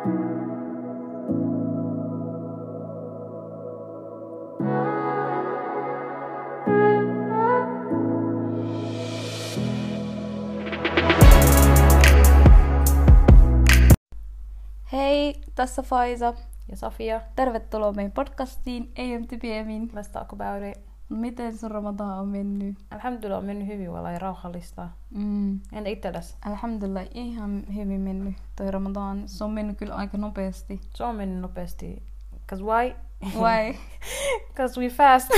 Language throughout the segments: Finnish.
Hei, tässä Faiza. Ja Sofia. Tervetuloa meidän podcastiin AM to BMin. Let's talk about it. Miten sun Ramadan on mennyt? Alhamdulillah on mennyt hyvin, valai rauhallista. Entä itsellesi? Alhamdulillah ihan hyvin mennyt toi Ramadan. Se on mennyt kyllä aika nopeasti. Se on mennyt nopeasti. Cause why? Why? Cause we fast.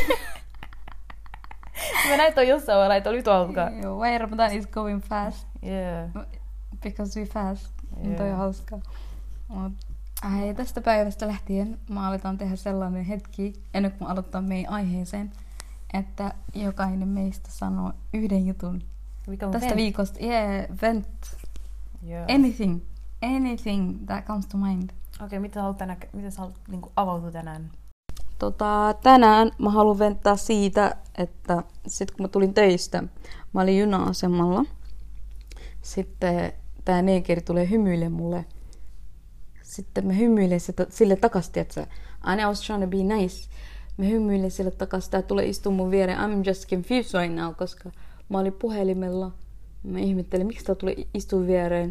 Me näitä on jossain vaiheessa, että oli tuolta. Why Ramadan is going fast? Yeah. Because we fast. Yeah. Toi on hauskaa. Tästä päivästä lähtien mä aletaan tehdä sellainen hetki, ennen kuin mä aloittaa meidän aiheeseen, että jokainen meistä sanoo yhden jutun tästä vent. viikosta. Yeah, vent. Yeah. Anything that comes to mind. Okei, miten sä haluat niinku avautua tänään? Tänään mä haluan venttää siitä, että sit kun mä tulin töistä, mä olin juna-asemalla. Sitten tää neekeri tulee hymyille mulle. Sitten mä hymyilen sille takas, tietsä. And I was trying to be nice. Mä hymyilen sille takas, tää tulee istua mun viereen. I'm just confused right now, koska mä olin puhelimella. Mä ihmettelin, miksi tää tulee istua viereen.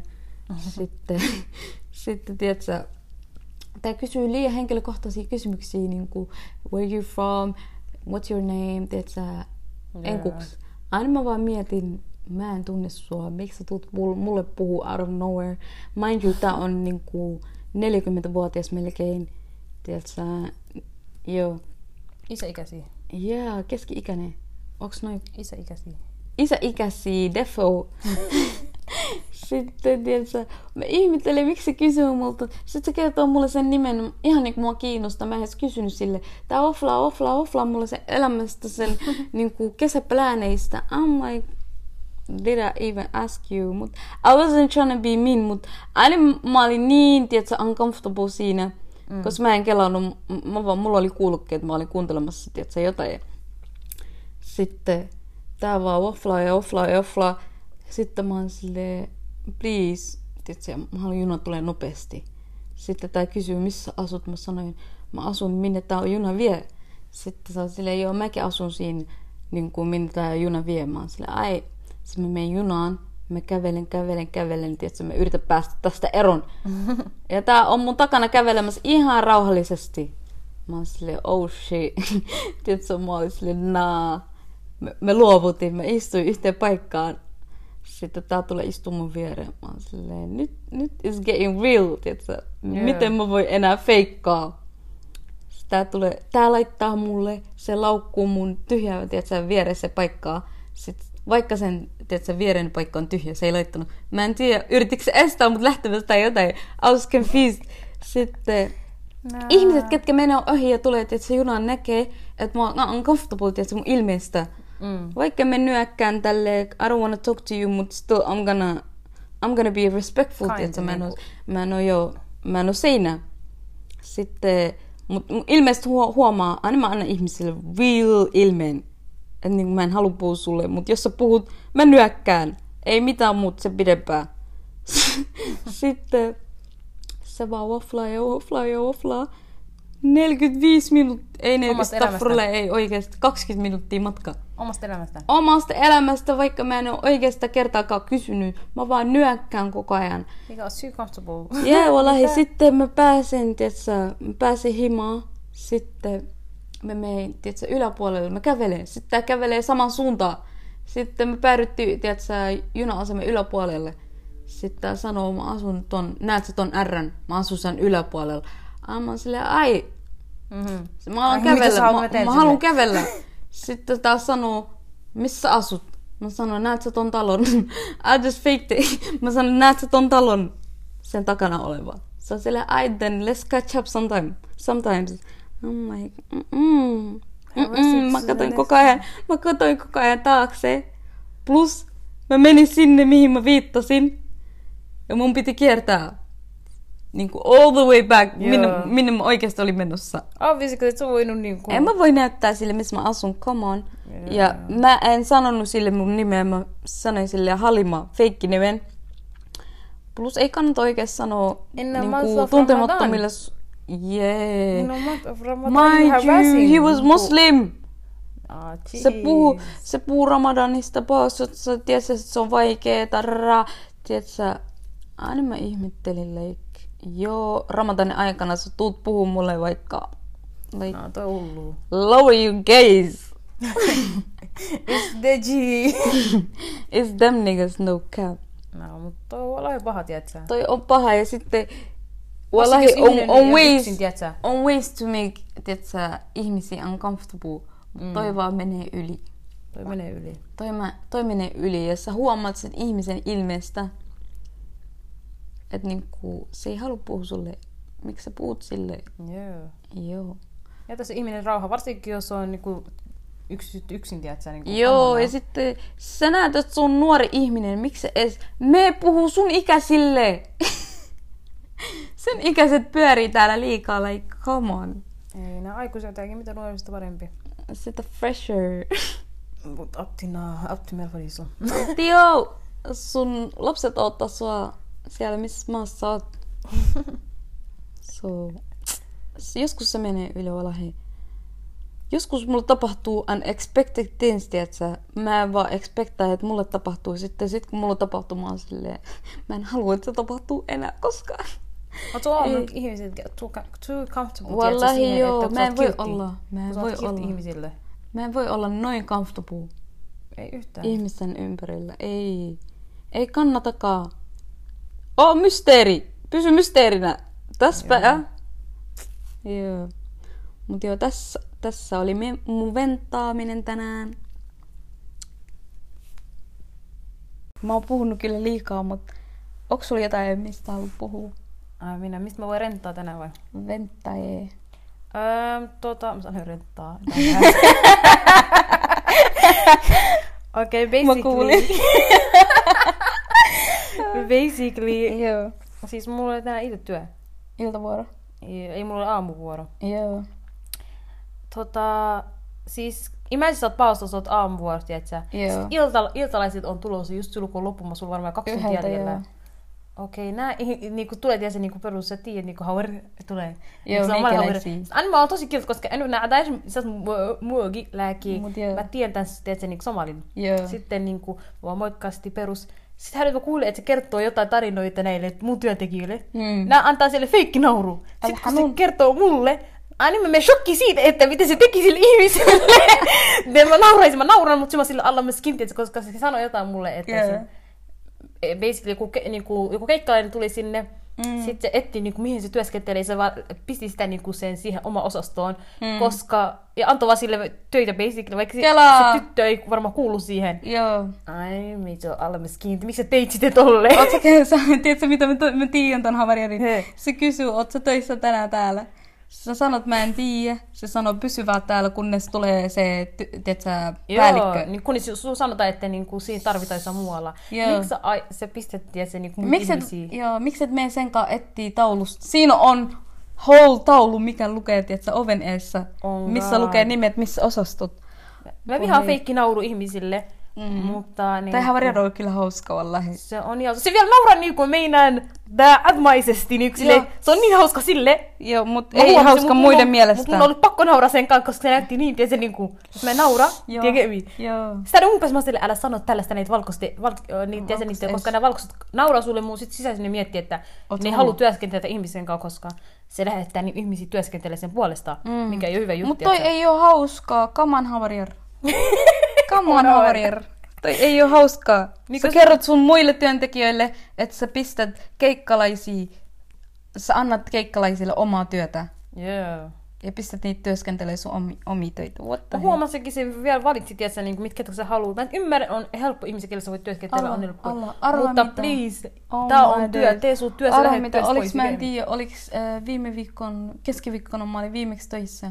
Sitten tietsä, tää kysyy liian henkilökohtaisia kysymyksiä, niinku where you from, what's your name, tietsä, enkuks. Aina mä vaan mietin, mä en tunne sua, miksi sä tulet mulle puhuu out of nowhere. Mind you, tää on niinku 40-vuotias melkein, tietsä, joo. Isäikäisiä. Jaa, keski-ikäinen. Onks noin? Isäikäisiä. Isäikäisiä, defo. Sitten, tietsä, mä ihmettelen, miksi se kysyy multa. Sitten se kertoo mulle sen nimen, ihan niin kuin mua kiinnostaa. Mä en edes kysynyt sille. Tää offlaa mulle sen elämästä, sen niinku kesäplääneistä. I'm like, did I even ask you? Mut I wasn't trying to be mean, mut aina mä olin niin, tietsä, uncomfortable siinä. Koska mä en kelannut, mulla oli kuulokkeet, mä olin kuuntelemassa, tietsä, jotain. Sitten tää vaan offlaa. Sitten mä oon silleen, please, tietsä, mä haluan juna tulee nopeasti. Sitten tää kysyy, missä asut? Mä sanoin, mä asun, minne tää on juna vie. Sitten sä oot silleen, joo, mäkin asun siinä, niin kuin minne tää juna vie. Mä oon silleen, sitten mä menen junaan, mä kävelen, tietsä, mä yritän päästä tästä eron. Ja tää on mun takana kävelemässä ihan rauhallisesti. Mä oon silleen, oh shit. Tietsä, mä olin silleen, me luovutin, mä istuin yhteen paikkaan. Sitten tää tulee istua mun viereen. Mä oon silleen, nyt is getting real, tietsä. Miten mä voin enää feikkaa? Tää laittaa mulle, se laukkuu mun tyhjää, tietsä, vieressä paikkaa. Sitten vaikka sen, tietsä, viereinen paikka on tyhjä, se ei laittanut. Mä en tiedä, yritikö se estää mut lähtemästä tai jotain. I was confused. Sitten ihmiset, ketkä menee ohi ja tulee, tietsä, junaan näkee, että mä oon uncomfortable, tietsä, mun ilmeestä. Vaikka mä nyökkään tälleen, I don't wanna talk to you, mut still I'm gonna be respectful, tietsä. Mä en oo seinä. Sitten, mut mun ilmeestä huomaa, aina mä annan ihmisille real ilmeen. Että niin mä en halua puhua sulle, mutta jos sä puhut, mä nyökkään. Ei mitään muuta se pidempää. Sitten se vaan wafflaa. 45 minuuttia, ei oikeasti 20 minuuttia matka. Omasta elämästä, vaikka mä en ole oikeastaan kertaakaan kysynyt. Mä vaan nyökkään koko ajan. Mikä on too comfortable. Wallahi, sitten mä pääsen himaan. Sitten mä menen, tietsä, yläpuolelle, mä kävelen. Sitten tää kävelee saman suuntaan. Sitten me päädyttiin, tietsä, juna-aseman yläpuolelle. Sitten tää sanoo, mä asun näet sä ton R:n? Mä asun sen yläpuolella. Mä oon silleen, mä haluan kävellä. Sitten tää sanoo, missä asut? Mä sanon, näet sä ton talon? I just faked it. Mä sanon, näet sä ton talon? Sen takana oleva. Se on silleen, then let's catch up sometimes. I'm like, Mä katsoin koko ajan taakse. Plus mä menin sinne, mihin mä viittasin. Ja mun piti kiertää niin kuin all the way back, minne mä oikeasti olin menossa. Obviously, et sä voinut niin kuin... En mä voi näyttää sille, missä mä asun, come on. Ja mä en sanonut sille mun nimeä, mä sanoin sille Halima, feikkinimen. Plus ei kannata oikein sanoa In the month of tuntemattomille... Yeah. In the month of Ramadan, Mind you, he was people. Muslim. Jeez. Se puhuu Ramadanista pois, että tiedätkö, että se on vaikee, tarra. Tiedätkö, aina mä ihmettelin, joo, Ramadanin aikana sä tuut puhuu mulle vaikka, No, toi hullu. lower you gaze. It's the G. It's them niggas, no cap. No, mutta toi on olla paha, tiedätkö? Toi on paha ja sitten, Varsinkin jos ihminen on ei ole ways, yksin, tiedätkö? on ways to make, tiedätkö, ihmisiä uncomfortable. Toi vaan menee yli. Toi menee yli. Toi menee yli ja sä huomaat sen ihmisen ilmeestä, että niinku, se ei halua puhua sulle. Miksi sä puhut sille? Joo. Jätä se ihminen rauha, varsinkin jos on niinku yksin, tiedätkö? Niinku Joo, ja sitten sä näet, että se on nuori ihminen. Miksi se edes me puhuu sun ikäisille? Sen ikäiset pyörii täällä liikaa, like, come on. Ei, nää aikuisia jotenkin, mitä nuorista parempi. Sitä fresher. Mut Apti Melfadisla. Tio, sun lapset odottaa sua siellä, missä maassa sä oot. So, joskus se menee yli valahi. Joskus mulle tapahtuu unexpected things, tiiätsä. Mä en vaan expectaa, että mulle tapahtuu. Sitten kun mulle tapahtuu, mä oon silleen, mä en halua, että se tapahtuu enää koskaan. Oot sä ollut ihmiset too comfortable, Wallahi siihen, joo, että mä en voi kiltti. olla. Mä en Sä voi oot kiltti olla. ihmisille. Mä en voi olla noin comfortable Ei yhtään. ihmisten ympärillä. Ei kannatakaan. Oo, mysteeri! Pysy mysteerinä. Täspä, Joo. Mut joo, tässä oli mun venttaaminen tänään. Mä oon puhunut kyllä liikaa, mutta onks sulla jotain, mistä haluat puhua? Minä, mistä mä voin renttaa tänään vai? Venttaajee. Mä sanoin renttaa. Okei, basically, Joo. siis mulla oli tänään itse työ. Iltavuoro. Ei mulla ole aamuvuoro. Joo. Siis imagine sä oot pausta, sä oot aamuvuorosta, tiiätsä. Joo. Iltalaiset on tulossa just silloin, kun on loppumassa, sulla varmaan 2 tuntia Yhdeltä, jäljellä. joo. Okei, nää niinku tulee tiedä niinku perus, sä tiedät niinku hauer tulee. Joo, meikäläisiä. Mä oon tosi kiltä, koska en nää täysin muogi lääki. Mut joo. Mä tiedän tän tiedätkö niinku somalin. Joo. Sitten niinku vaan moikkaasti perus. Sitten hän kuulee, että se kertoo jotain tarinoita näille mun työntekijöille. Nää antaa sille feikki-nauru. Sitten kun se kertoo mulle, aina mä menen shokki siitä, että miten se teki sille ihmiselle. Mä nauran, mutta mä sillä alla mä skintin, koska se sanoi jotain mulle, että se, basically joku keikkalainen tuli sinne, sitten se etti niinku, mihin se työskentelee, se vaan pisti sitä niinku, sen siihen oma osastoon, koska, ja antoi vaan sille töitä basically, vaikka se tyttö ei varmaan kuulu siihen. Joo. Ai, mitä alla mä skintin, miksi sä teit sitten tolleen? Tiedätkö mitä mä tiedän ton havariarin? Se kysyy, oot sä töissä tänään täällä? Sä sanot, mä en tiedä. Se sanoo pysyvää täällä, kunnes tulee se, tiedätkö, päällikkö. Joo, niin kunnes sun sanotaan, että niinku, siinä tarvitaan jossain muualla. Miksi se pistettiin se niinku ihmisiä? Joo, miksi et mene senkaan etsii taulusta? Siinä on whole taulu, mikä lukee, tiedätkö, oven eessä. Missä lukee nimet, missä osastot. Mä vihaan feikki nauru ihmisille. Mutta niin. Tai havariado on kyllä hauska vallahi. Se on ihan... Se vielä nauraa niin kuin meinaan admaisesti. Niin se on niin hauska sille. Joo, mutta ei hauska muiden mielestä. Mutta mun on ollut pakko nauraa sen kanssa, koska se näytti niin, että se niinku... Jos mä naura, tiedätkö? Sitä on mä sille, älä sano tällaista näitä valkoista, koska nämä valkoiset nauraa sulle, mun sit sisäisesti ne miettii, että ne ei halua työskentellä ihmisen kanssa, koska se lähettää niin ihmisiä työskentelemään sen puolestaan, mikä ei ole hyvä juttu. Mutta toi ei ole hauskaa. Come on, havariar. Come on, havariar. Toi ei oo hauskaa. Sä kerrot sun muille työntekijöille, että sä pistät keikkalaisia, sä annat keikkalaisille omaa työtä. Joo. Ja pistät niitä työskentelemään sun omia töitä. Mä huomasinkin, se vielä valitsit, tiedätkö, niin mitkä sä haluat. Mä en ymmärrä, on helppo ihmisen kielessä voi työskentellä, on helppo. Mutta mitä? Please, tää on työ, tee sun työ, sä lähdet työstä pois. Mä en tiedä, oliks viime viikon, keskiviikkona mä olin viimeksi töissä.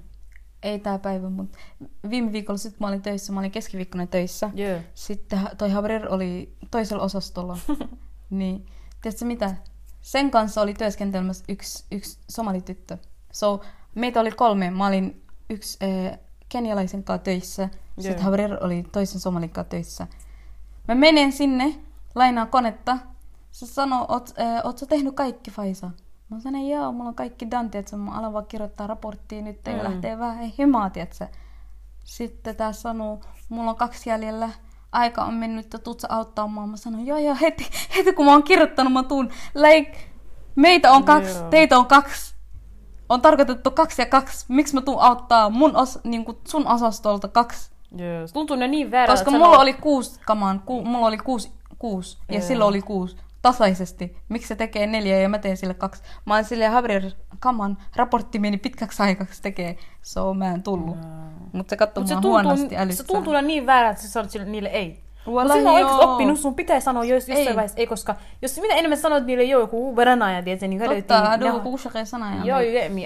Ei tää päivä, mutta viime viikolla sit mä olin töissä, mä olin keskiviikkona töissä. Yeah. Sitten toi Haverer oli toisella osastolla. Niin, tiedätkö mitä? Sen kanssa oli työskentelemässä yksi somalityttö. So, meitä oli 3. Mä olin yksi kenialaisen kanssa töissä. Sitten Haverer oli toisen somalin kanssa töissä. Mä menen sinne, lainaan konetta. Se sanoi, oot sä tehnyt kaikki, Faisa? Mä sanoin, joo, mulla on kaikki done, tietsä. Mä alan vaan kirjoittaa raporttia nyt ja lähtee vähän himaa, tietsä. Sitten tää sanoo, mulla on 2 jäljellä. Aika on mennyt ja tuut sä auttamaan. Mä sanoin, joo, heti kun mä oon kirjoittanut, mä tuun. Like, meitä on 2, teitä on 2. On tarkoitettu 2 ja 2. Miksi mä tuun auttaa niinku sun osastolta 2? Joo, tuntuu ne niin väärältä. Koska mulla oli 6 kamaan. Mulla oli 6 ja sillä oli 6. Tasaisesti. Miksi se tekee 4 ja mä teen sille 2? Mä oon silleen, Javier, kaman, raportti meni pitkäksi aikaksi tekee. So mä en tullut. Mutta se katsoi mua huonosti älyssään. Se tuntuu niin väärältä, että sä sanot niille ei. Mutta sinä on oikeasti oppinut, sun pitää sanoa jossain vaiheessa ei, koska jos mitä enemmän sanot niille joo, joku veranaja, tiedätkö, niin kadettiin. Totta, aduhu kuushakee sanaja. Joo,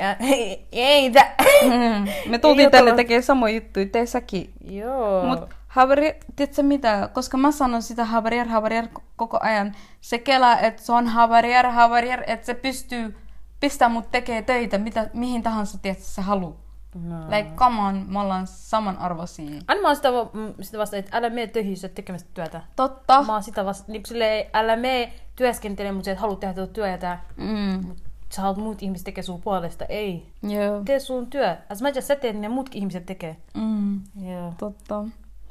ei. Me tultiin tänne tekemään samoja juttuja, tee säkin. Joo. Mut Javier, tiedätkö mitä, koska mä sanon sitä Javier koko ajan, se kelaa, että se on Javier, että se pystyy pistämään mut tekee töitä, mihin tahansa, tiedätkö, se haluu. No. Like, come on, me ollaan samanarvoisia. Aina mä oon sitä vasta, että älä mene töihin, sä tekemästä työtä. Totta. Mä oon sitä vasta, niin silleen, älä mene työskentelemään, mutta sä et halua tehdä tuota työtä. Sä haluat muut ihmiset tekee sun puolesta. Ei. Joo. Tee sun työ. As much as sä teet, niin ne muutkin ihmiset tekee. Joo. Totta.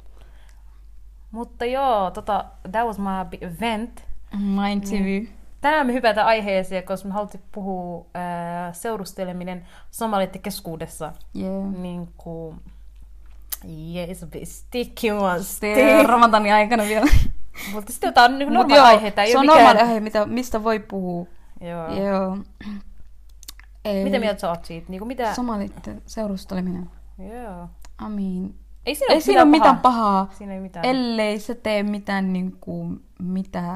Mutta joo, that was my big event. Mine too. Tänään me hypätään aiheeseen, koska me haluttiin puhua seurusteleminen somalitten keskuudessa. Yeah. Niin kuin, it's a bit sticky one. Ramadanin aikana vielä. Mutta sitten jotain niin normaali aiheita. Se on normaali aihe, mistä voi puhua. Joo. Mitä mieltä sä oot siitä? Niin mitä... Somalitten seurusteleminen. Joo. I mean, ei siinä ole mitään pahaa. Siinä ei mitään. Ellei se tee mitään mitä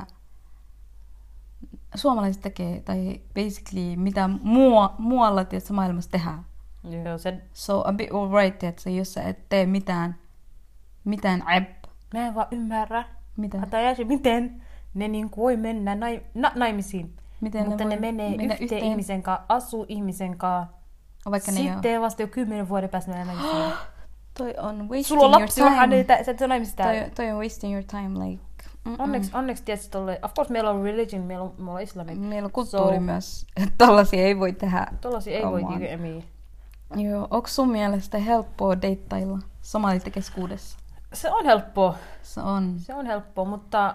suomalaiset tekee, tai basically mitä muualla tietysti maailmassa tehdään. Joo, So a bit alright, että jos sä et tee mitään Mä en vaan ymmärrä. Mitä? Miten ne voi mennä naimisiin. Mutta ne menee yhteen ihmisen kanssa, asuu ihmisen kanssa. Vaikka sitten vasta jo 10 vuoden päästä mennä naimisiin. Toi on wasting Sulla on lapsi, your time. Sä et ole naimisista. Toi on wasting your time, like... Onneksi tietysti tolle. Of course meillä on religion, meillä on islami. Meillä on kulttuuri myös, että tollasia ei voi tehdä. Tollasia ei voi tehdä. Joo, onko sun mielestä helppoa deittailla somalitten keskuudessa? Se on helppoa. Se on helppoa, mutta...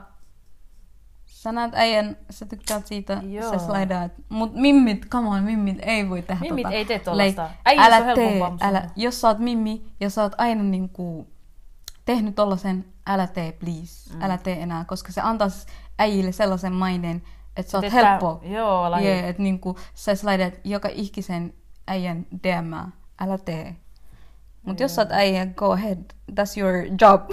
Sä näet äijän, sä tykkäät siitä, sä slidaat. Mut mimmit ei voi tehdä mimmit tota. Ei tee tollasta. Älä tee, jos sä oot mimmi ja sä oot aina tehnyt tollasen, älä tee please. Älä tee enää, koska se antaisi äijille sellaisen maineen, että sä oot helppo. Joo, että sä slidaat joka ikisen äijän DM:ää. Älä tee. Mut jos sä oot äijä, go ahead. That's your job.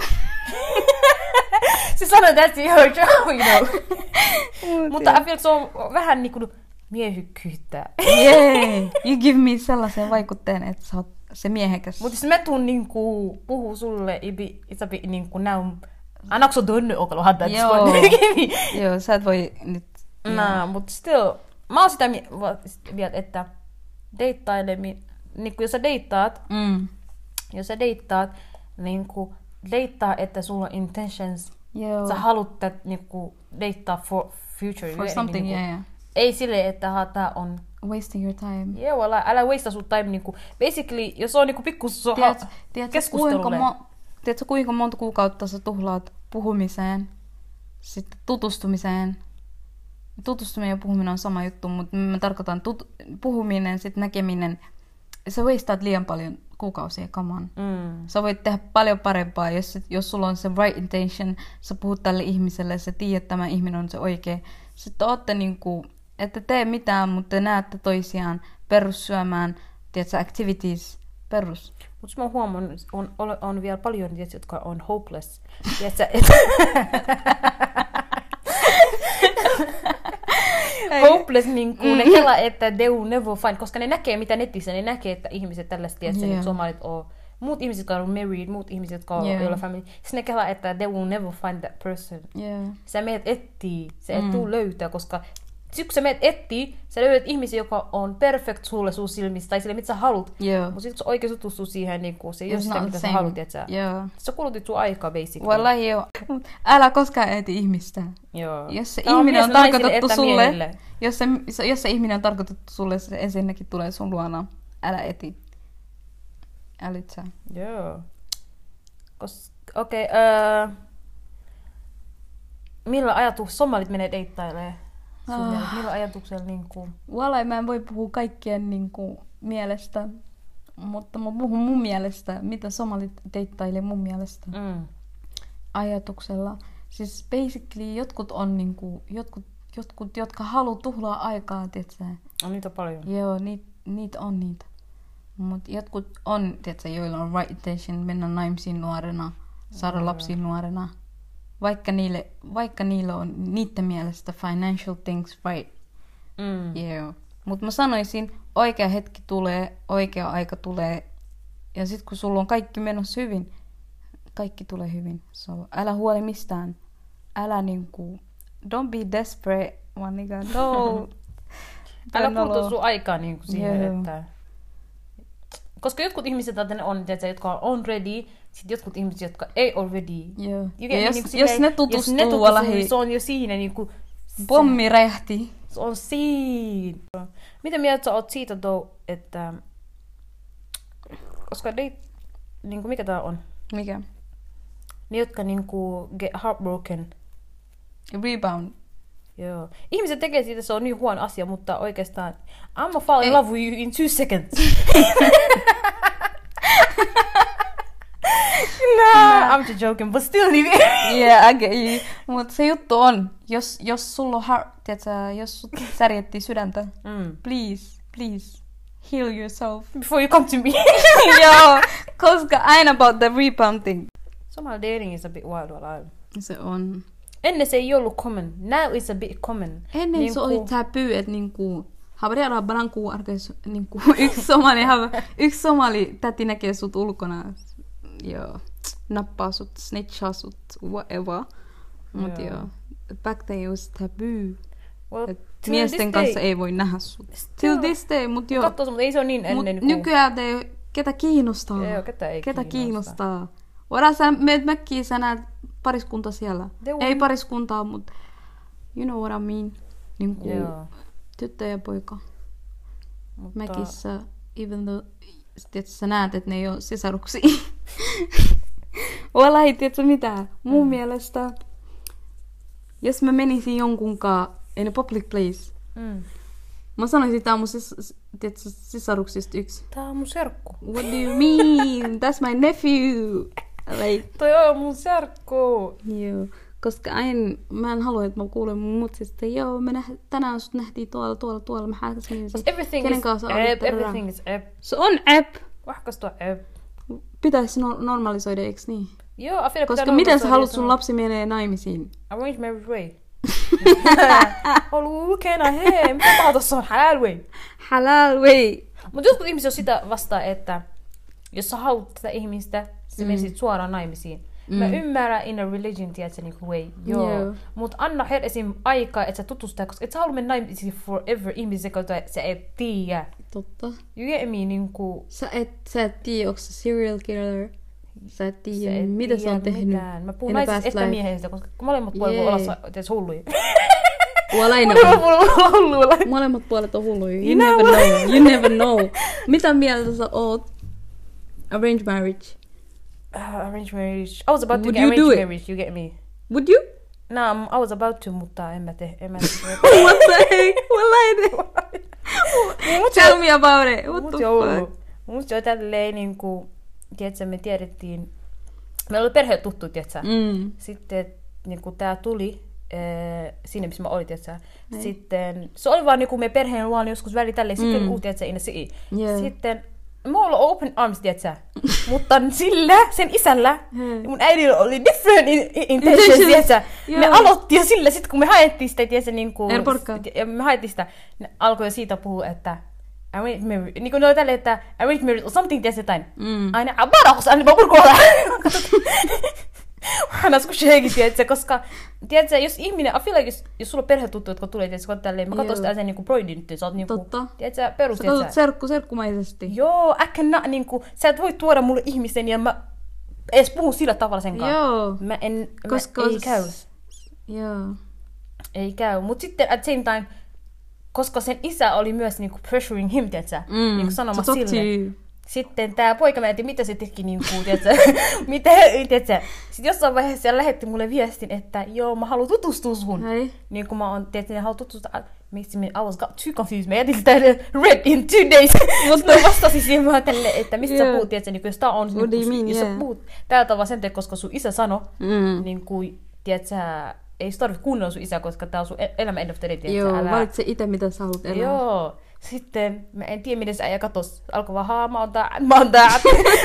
Se sanoo, that's your job, you know. Mutta I feel se on vähän niinku miehykkyyttä. Yeah, you give me sellaisen vaikutteen, että sä oot se miehekäs. Mutta jos mä tuun niinku puhuu sulle, isabi niinku näin, annaks on tunne okalo hadda. Joo, sä et voi nyt. Mutta still, mä oon sitä mieltä, että deittaileminen, niinku jos sä deittaat, niinku deittaa, että sulla on intentions. Sä haluat niinku deittaa for future. For something, niinku, yeah. Ei silleen, että tää on... Wasting your time. Joo, älä wastea sun time. Niinku, basically, jos on niinku pikkus keskustelulle. Tiedätkö, kuinka monta kuukautta sä tuhlaat puhumiseen, sitten tutustumiseen. Tutustuminen ja puhuminen on sama juttu, mutta mä tarkoitan puhuminen, sitten näkeminen. Sä wastaat liian paljon kuukausia, come on. Sä voit tehdä paljon parempaa, jos sulla on se right intention, sä puhut tälle ihmiselle, sä tiedät, että tämä ihminen on se oikea. Sitten ootte ette tee mitään, mutta te näette toisiaan perussyömään, tiedätkö, activities, perus. Mutta mä oon huomannut, on vielä paljon, tiedätkö, jotka on hopeless. Hopeless, ne kelaa, että they will never find, koska ne näkee mitä netissä, ne näkee, että ihmiset tällaista, että somalit on, muut ihmiset, jotka on married, muut ihmiset, jotka on jolla family, sitten ne kelaa, että they will never find that person. Sä meidät etsii, sä et tuu löytää, koska Sitten kun sä menet etsii, sä löydät ihmisiä, joka on perfect sulle sun silmissä, tai sille mitä sä haluat. Joo. Mutta sitten kun sä oikein tutustuu siihen, niin se ei ole It's sitä, not mitä the sä same. haluat, että Joo. sä kulutit sun aikaa basically. Wallahi joo. Älä koskaan eti ihmistä. Joo. Jos se Tää on ihminen on mies naisille tarkoitettu että sulle, miehille. jos se ihminen on tarkoitettu sulle, se ensinnäkin tulee sun luona. Älä eti. Älyt sä. Joo. Okei, millä ajatus somalit menee deittailemaan? Millä ajatuksella niinku... Wallahi mä en voi puhua kaikkien niinku mielestä, mutta mä puhun mun mielestä, mitä somalit deittailee mun mielestä. Ajatuksella. Siis basically jotkut on niinku, jotkut jotka haluaa tuhlaa aikaa, tietsä. On niitä paljon. Joo, niitä on niitä. Mut jotkut on, tietsä, joilla on right intention mennä naimisiin nuorena, saada lapsia nuorena. Vaikka niillä on niiden mielestä financial things right. Joo. Mut mä sanoisin, oikea hetki tulee, oikea aika tulee. Ja sit kun sulla on kaikki menossa hyvin, kaikki tulee hyvin. So, älä huoli mistään. Älä niinku... Don't be desperate, one nigga. No. Älä puutu sun aikaa niinku siihen, Joo. että... Koska jotkut ihmiset on, tiedätkö, jotka on ready, sit jotkut ihmiset, jotka ei ole ready. Joo. Ja Jos ne tutustuu, niin se on jo siinä niinku... Pommi räjähti. Se on siinä. Mitä mieltä sä oot siitä, että... Koska niinku, mikä tää on? Mikä? Ne, jotka niinku get heartbroken. Rebound. Joo. Ihmiset tekee siitä, se on niin huono asia, mutta oikeastaan... I'm fall in love with you in 2 seconds. Nah, I'm just joking, but still... Yeah, I get you. Mut se juttu on, jos sulla on tiiätsä, jos sut särjettiin sydäntä, please, heal yourself. Before you come to me. Joo, koska I know about the rebound thing. Somehow dating is a bit wild alive. Se on. Ennen se ei ollut common. Now it's a bit common. Ennen se oli taboo, että niinku... Havariara baranku arkes niinku yksi somali täti näkee sut ulkona. Joo. Nappaa sut, snitchaa sut, whatever. Mut joo. Back then was taboo. Well, miesten kanssa ei voi nähdä sut. Till this day, mut joo. Katso, mutta ei se ole niin ennen. Mut nykyään ketä kiinnostaa? Joo, ketä kiinnostaa? Voidaan sä meet mäkkiin, sä näet pariskunta siellä. Ei pariskuntaa, mut you know what I mean. Niinku tyttö ja poika. Mutta... Mäkissä, even though tiedätkö, sä näet, että ne ei ole sisaruksia. Wallahi, tiedätkö mitä? Mun mielestä, jos mä menisin jonkunkaan in a public place, mä sanoisin, tää on mun sisaruksista yksi. Tää on mun serkku. What do you mean? That's my nephew. Like, toi on mun serkku. Joo. Koska mä en halua, että mä kuulen mun mutsista, joo, tänään sut nähtiin tuolla, mä hääkäsin. Kenen kanssa app, everything is app. Se on app. Vahkas tuo app. Pitäisi normalisoida, eiks niin? Joo, koska miten sä haluat sun lapsi menee naimisiin? Arrange marriage way. Lukena, hei, mitä paha tossa on? Halal way. Halal way. Mut jotkut ihmiset on sitä vastaan, että jos sä haluat tätä ihmistä, sä menisit suoraan naimisiin. Mä ymmärrän in a religion, tiedätkö, niinku way, joo. Mut anna heille esim. Aikaa, että sä tutustaa, koska et sä halua mennä naimisiin forever ihmisiä, jotka sä et tiedä. Totta. You get me, niinku... Sä et tiedä, onko se serial killer. Sä et tiedä, mitä se on tehnyt. Mitään. Mä puhun naisista että miehistä, koska molemmat puolet voi olla hulluja. Molemmat puolet on hulluja. You never know. Mitä mieltä sä oot? Arranged marriage. Arranged marriage. I was about to get arranged marriage, you get me? Would you? No, I was about to, mutta en mä tee. What the heck? Tell me about it. What the fuck? Musta jo tälleen niinku, tiedätkö, me tiedettiin, meillä oli perhe tuttu, tiedätkö? Sitten niinku tää tuli sinne, missä mä olin, tiedätkö? Sitten se oli vaan niinku me perheen luona joskus väli tälleen, sitten oli tiedätkö, in the city. Sitten mulla oli open arms, tiedätkö? Mutta sillä, sen isällä, mun äidillä oli different intentions, tiedätkö? Ne aloitti jo sillä, sit kun me haettiin sitä, tiedätkö, niinku... Me haettiin sitä, ne alkoi jo siitä puhua, että... Arranged marriage, niinku ne oli tälleen, että arranged marriage or something, tiedätkö jotain? Aina, aina mä purkolla! Hän on skusheekin, tiedätkö, koska tiedätkö, jos ihminen, I feel like, jos sulla on perhetuttu, jotka tulee, tiedätkö, tälleen, mä katson sitä sen niinku broidin nyt, sä oot niinku, tiedätkö, perus, sä katsot serkkumaisesti. Joo, niinku, sä et voi tuoda mulle ihmisen ja mä edes puhun sillä tavalla sen kanssa. Joo. Ei käy. Joo. Ei käy, mut sitten at same time, koska sen isä oli myös niinku pressuring him, tiedätkö, niinku sanomassa sille. Sitten tää poika, mä en tiedä, mitä se teki, niinku, tiedätkö, tiedätkö. Sitten jossain vaiheessa siellä lähetti mulle viestin, että joo, mä haluan tutustua sun. Hei. Niin kun mä oon, tiedätkö, ne haluan tutustua. I was got too confused. Mä jätin sitä read in 2 days. Mutta mä vastasin siihen vaan tälle, että mistä sä puhut, tiedätkö, niin jos tää on, niin jos sä puhut tällä tavalla sen teet, koska sun isä sanoi, niin kuin, tiedätkö, ei se tarvitse kuunnella sun isää, koska tää on sun elämä end of the day, tiedätkö. Joo, valitse itse, mitä sä haluat elää. Joo. Sitten mä en tiedä, miten se äijä katos. Alkoi vaan, mä oon tää.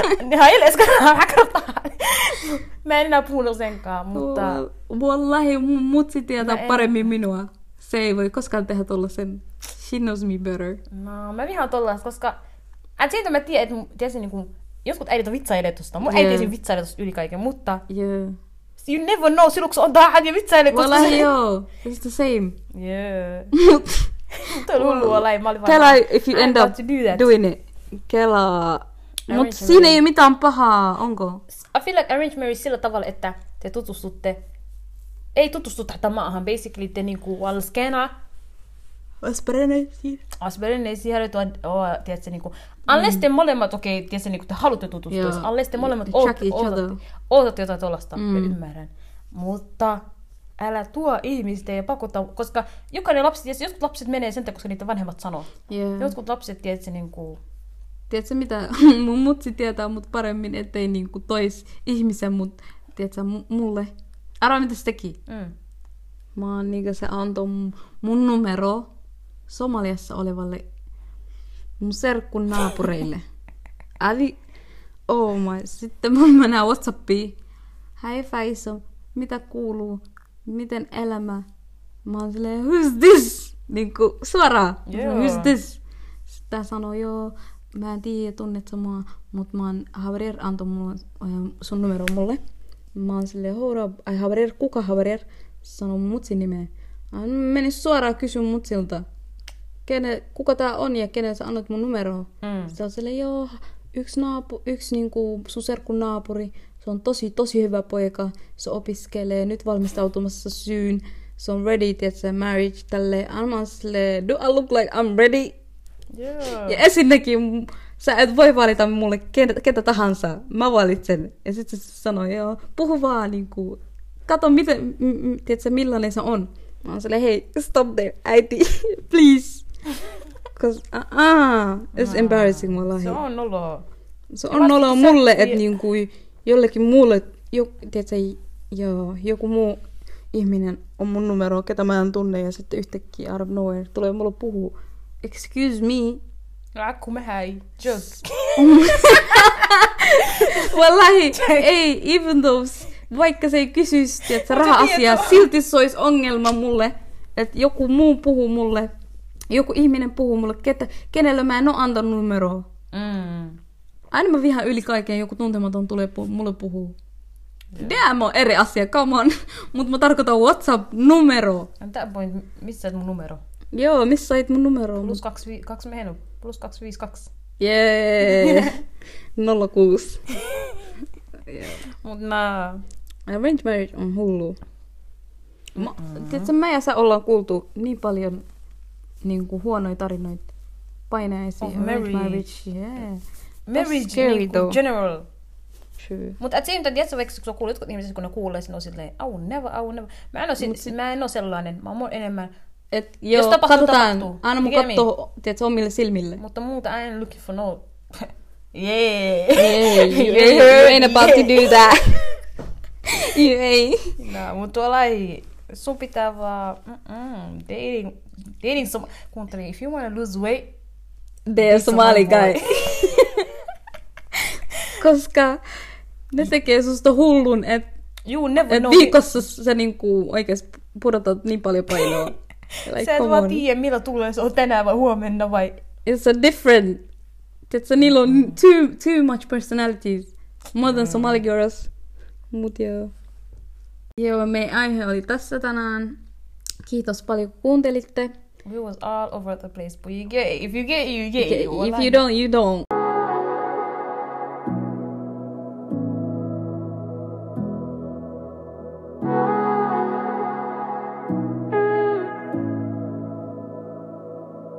Mä en enää puhunut senkaan, mutta... Wallahi, mun mutsi tietää paremmin minua. Se ei voi koskaan tehdä tollasen. She knows me better. No, mä vihaan tollaista, koska... siitä mä tiedän, että tiedätkö, niin jotkut äidit on vitsaileet tosta. Mun äiti ei vitsaileet tosta yli kaiken, mutta... Yeah. You never know, silloin kun se on tähän ja vitsaileet. Wallahi joo, it's the same. Yeah. Toi on hullua laji. Kela, if you end up doing it. Kela. Mut siinä ei ole mitään pahaa, onko? I feel like arranged marriage sillä tavalla, että te tutustutte. Ei tutustuta tähän maahan. Basically te niinku valskena. Aspereneisiä. Tiedätkö niinku. Unless te molemmat, tiedätkö niinku te haluatte tutustua. Unless te molemmat ootatte jotain tollaista. Mä ymmärrän. Mutta... älä tuo ihmistä ja pakota, koska jokainen lapsi, jotkut lapset menee sen takia, koska niitä vanhemmat sanoo. Yeah. Jotkut lapset, tiedätkö, niinku... Tiedätkö mitä? Mun mutsi tietää mut paremmin, ettei niinku tois ihmisen mut, tiedätkö, mulle. Arvaa mitä se teki? Mä oon niinku, se antoi mun numero Somaliassa olevalle mun serkkun naapureille. Oh my. Sitten mä mennään Whatsappiin. Hei Faiso, mitä kuuluu? Miten elämä? Mä oon silleen, who's this? Niinku suoraan. Yeah. Who's this? Sitten sanoo, joo, mä en tiedä, tunnet sä mua, mut mä oon Havarier antoi mulle sun numero mulle. Mä oon silleen, hold up, ai Havarier, kuka Havarier? Sanoo mun mutsin nimeä. Mä menin suoraan kysyä mutsilta, kuka tää on ja kenen sä annat mun numeroa. Sitten on silleen, joo, yksi niinku sun serkkun naapuri. Se on tosi hyvä poika. Se opiskelee nyt valmistautumassa syyn. Se on ready, tiedätkö, marriage tälleen. I'm silleen, do I look like I'm ready? Yeah. Ja ensinnäkin, sä et voi valita mulle ketä tahansa. Mä valitsen. Ja sitten se sanoi, joo, puhu vaan niinku. Kato, miten, tiedätkö, millainen se on. Mä oon silleen, hei, stop there, äiti, please. Cause, it's embarrassing, wallahi. Se on noloa. Se on noloa mulle, että niinku... jollekin muulle, tiedätkö, joku muu ihminen on mun numero, ketä mä en tunne, ja sitten yhtäkkiä out of nowhere tulee mulle puhua. Excuse me. Rakku me häi. Just. Wallahi, ei, even though, vaikka se ei kysyisi, tiedätkö, raha-asiaa, silti se olisi ongelma mulle, että joku muu puhuu mulle, joku ihminen puhuu mulle, kenelle mä en ole antanut numeroa. Aina mä vihaan yli kaiken, joku tuntematon tulee mulle puhuu. DM on eri asia, come on. Mut mä tarkoitan WhatsApp-numero. That point, missä sait mun numero? Joo, missä sait mun numero? Plus 252. Jee. 06. Mut mä... Arranged marriage on hullu. Tiedätkö, mä ja sä ollaan kuultu niin paljon niinku huonoja tarinoita. Painaisia. Arranged marriage, yeah. Marriage niinku general. Mutta et siinä, tiedätkö, vaikka kun kuulee jotkut ihmiset, kun ne kuulee, niin on silleen, I will never. Mä en oo sellainen. Mä oon enemmän, jos tapahtuu. Aina mun kattoo, tiedätkö, omille silmille. Mutta muuta, I ain't looking for no... Yeah. You ain't about to do that. You ain't. No, mutta tuolla sun pitää vaan... Dating kuuntele, if you wanna lose weight, they're Somali guy. Koska ne tekee susta hullun, että viikossa sä niinku oikeesti pudotat niin paljon painoa. Like, sä et vaan tiedä, millä tulee, se on tänään vai huomenna vai... It's a different... Tiedätkö, niillä on too much personalities. More than Somali girls. Mut joo. Joo, meidän aihe oli tässä tänään. Kiitos paljon kun kuuntelitte. We was all over the place, but you get it. If you get it, you get it. If you don't, you don't.